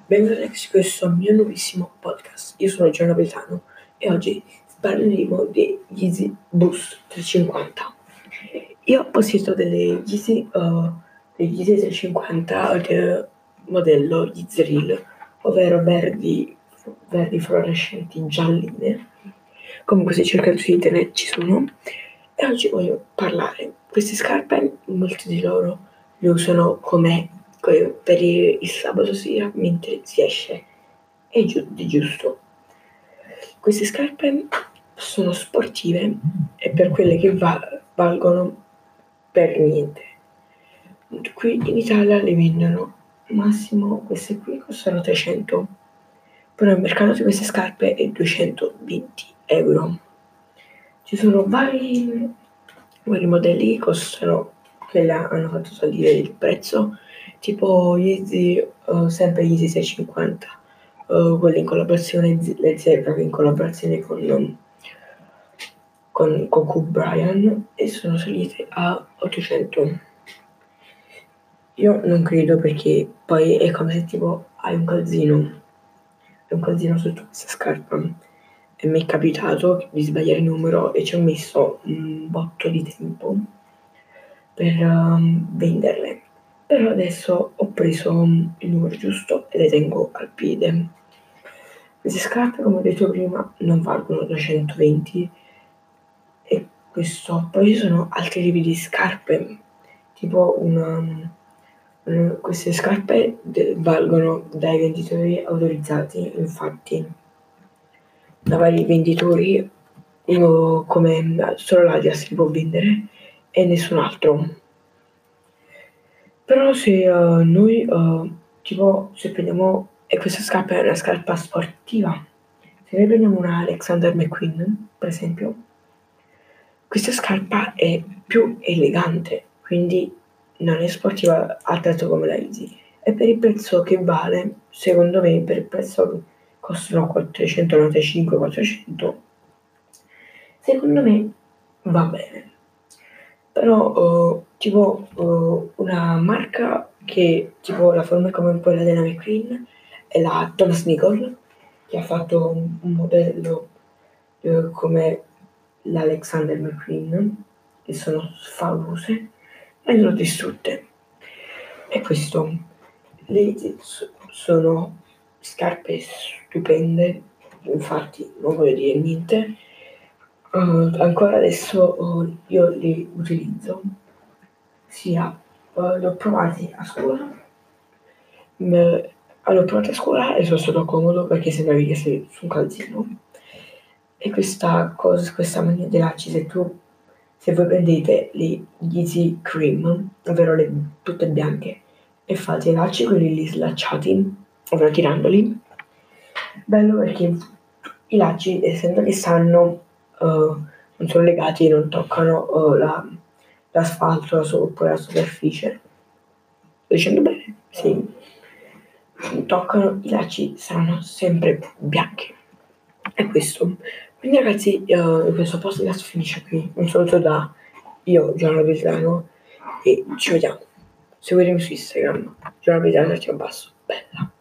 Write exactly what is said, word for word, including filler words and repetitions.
Benvenuti su questo mio nuovissimo podcast. Io sono Gianna Beltano e oggi parleremo dei Yeezy Boost trecentocinquanta. Io possiedo delle Yeezy, uh, degli Yeezy trecentocinquanta del modello Yeezy Real, ovvero verdi, verdi fluorescenti gialline. Comunque se cercate su internet ci sono. E oggi voglio parlare. Queste scarpe, molti di loro le usano come per il, il sabato sera mentre si esce. È giu- di giusto. Queste scarpe sono sportive e per quelle che va- valgono per niente. Qui in Italia le vendono massimo, queste qui costano trecento, però il mercato di queste scarpe è duecentoventi euro. Ci sono vari, vari modelli che costano, che la- hanno fatto salire il prezzo, tipo Yeezy, uh, sempre Yeezy seicentocinquanta, uh, quelli in collaborazione, Z- le Zebra in collaborazione con, um, con, con Kobe Bryant, e sono salite a ottocento. Io non credo, perché poi è come se tipo hai un calzino, è un calzino sotto questa scarpa. E mi è capitato di sbagliare il numero e ci ho messo un botto di tempo per um, venderle. Però adesso ho preso um, il numero giusto e le tengo al piede. Queste scarpe, come ho detto prima, non valgono duecentoventi, e questo. Poi ci sono altri tipi di scarpe, tipo una, una- queste scarpe de- valgono dai venditori autorizzati, infatti, da vari venditori, uno come solo l'Adidas li può vendere e nessun altro. Però se uh, noi, uh, tipo, se prendiamo, e questa scarpa è una scarpa sportiva, se noi prendiamo una Alexander McQueen, per esempio, questa scarpa è più elegante, quindi non è sportiva al prezzo come la Yeezy. E per il prezzo che vale, secondo me, per il prezzo che costano quattrocentonovantacinque quattrocento, secondo me va bene. Però uh, tipo uh, una marca che tipo la forma è come quella della McQueen è la Thomas Nicole, che ha fatto un, un modello uh, come l'Alexander McQueen, che sono favose, e le ho distrutte. E questo, le s- sono scarpe stupende, infatti non voglio dire niente. Uh, ancora adesso uh, io li utilizzo, sia uh, li ho provati a scuola, me- l'ho provati a scuola e sono stato comodo perché sembravi che sei su un calzino. E questa cosa, questa mania dei lacci, se tu, se voi prendete le Yeezy Cream, ovvero le tutte bianche, e fate i lacci quelli lì slacciati, ovvero tirandoli, bello perché i lacci, essendo che stanno, uh, non sono legati e non toccano uh, la, l'asfalto la so- oppure la superficie. Sto dicendo bene? Sì. Non toccano, i lacci saranno sempre bianchi. È questo. Quindi ragazzi, uh, questo podcast finisce qui. Un saluto da io, Gianna Beltrano, e ci vediamo. Seguitemi su Instagram, Gianna Beltrano, basso. Bella.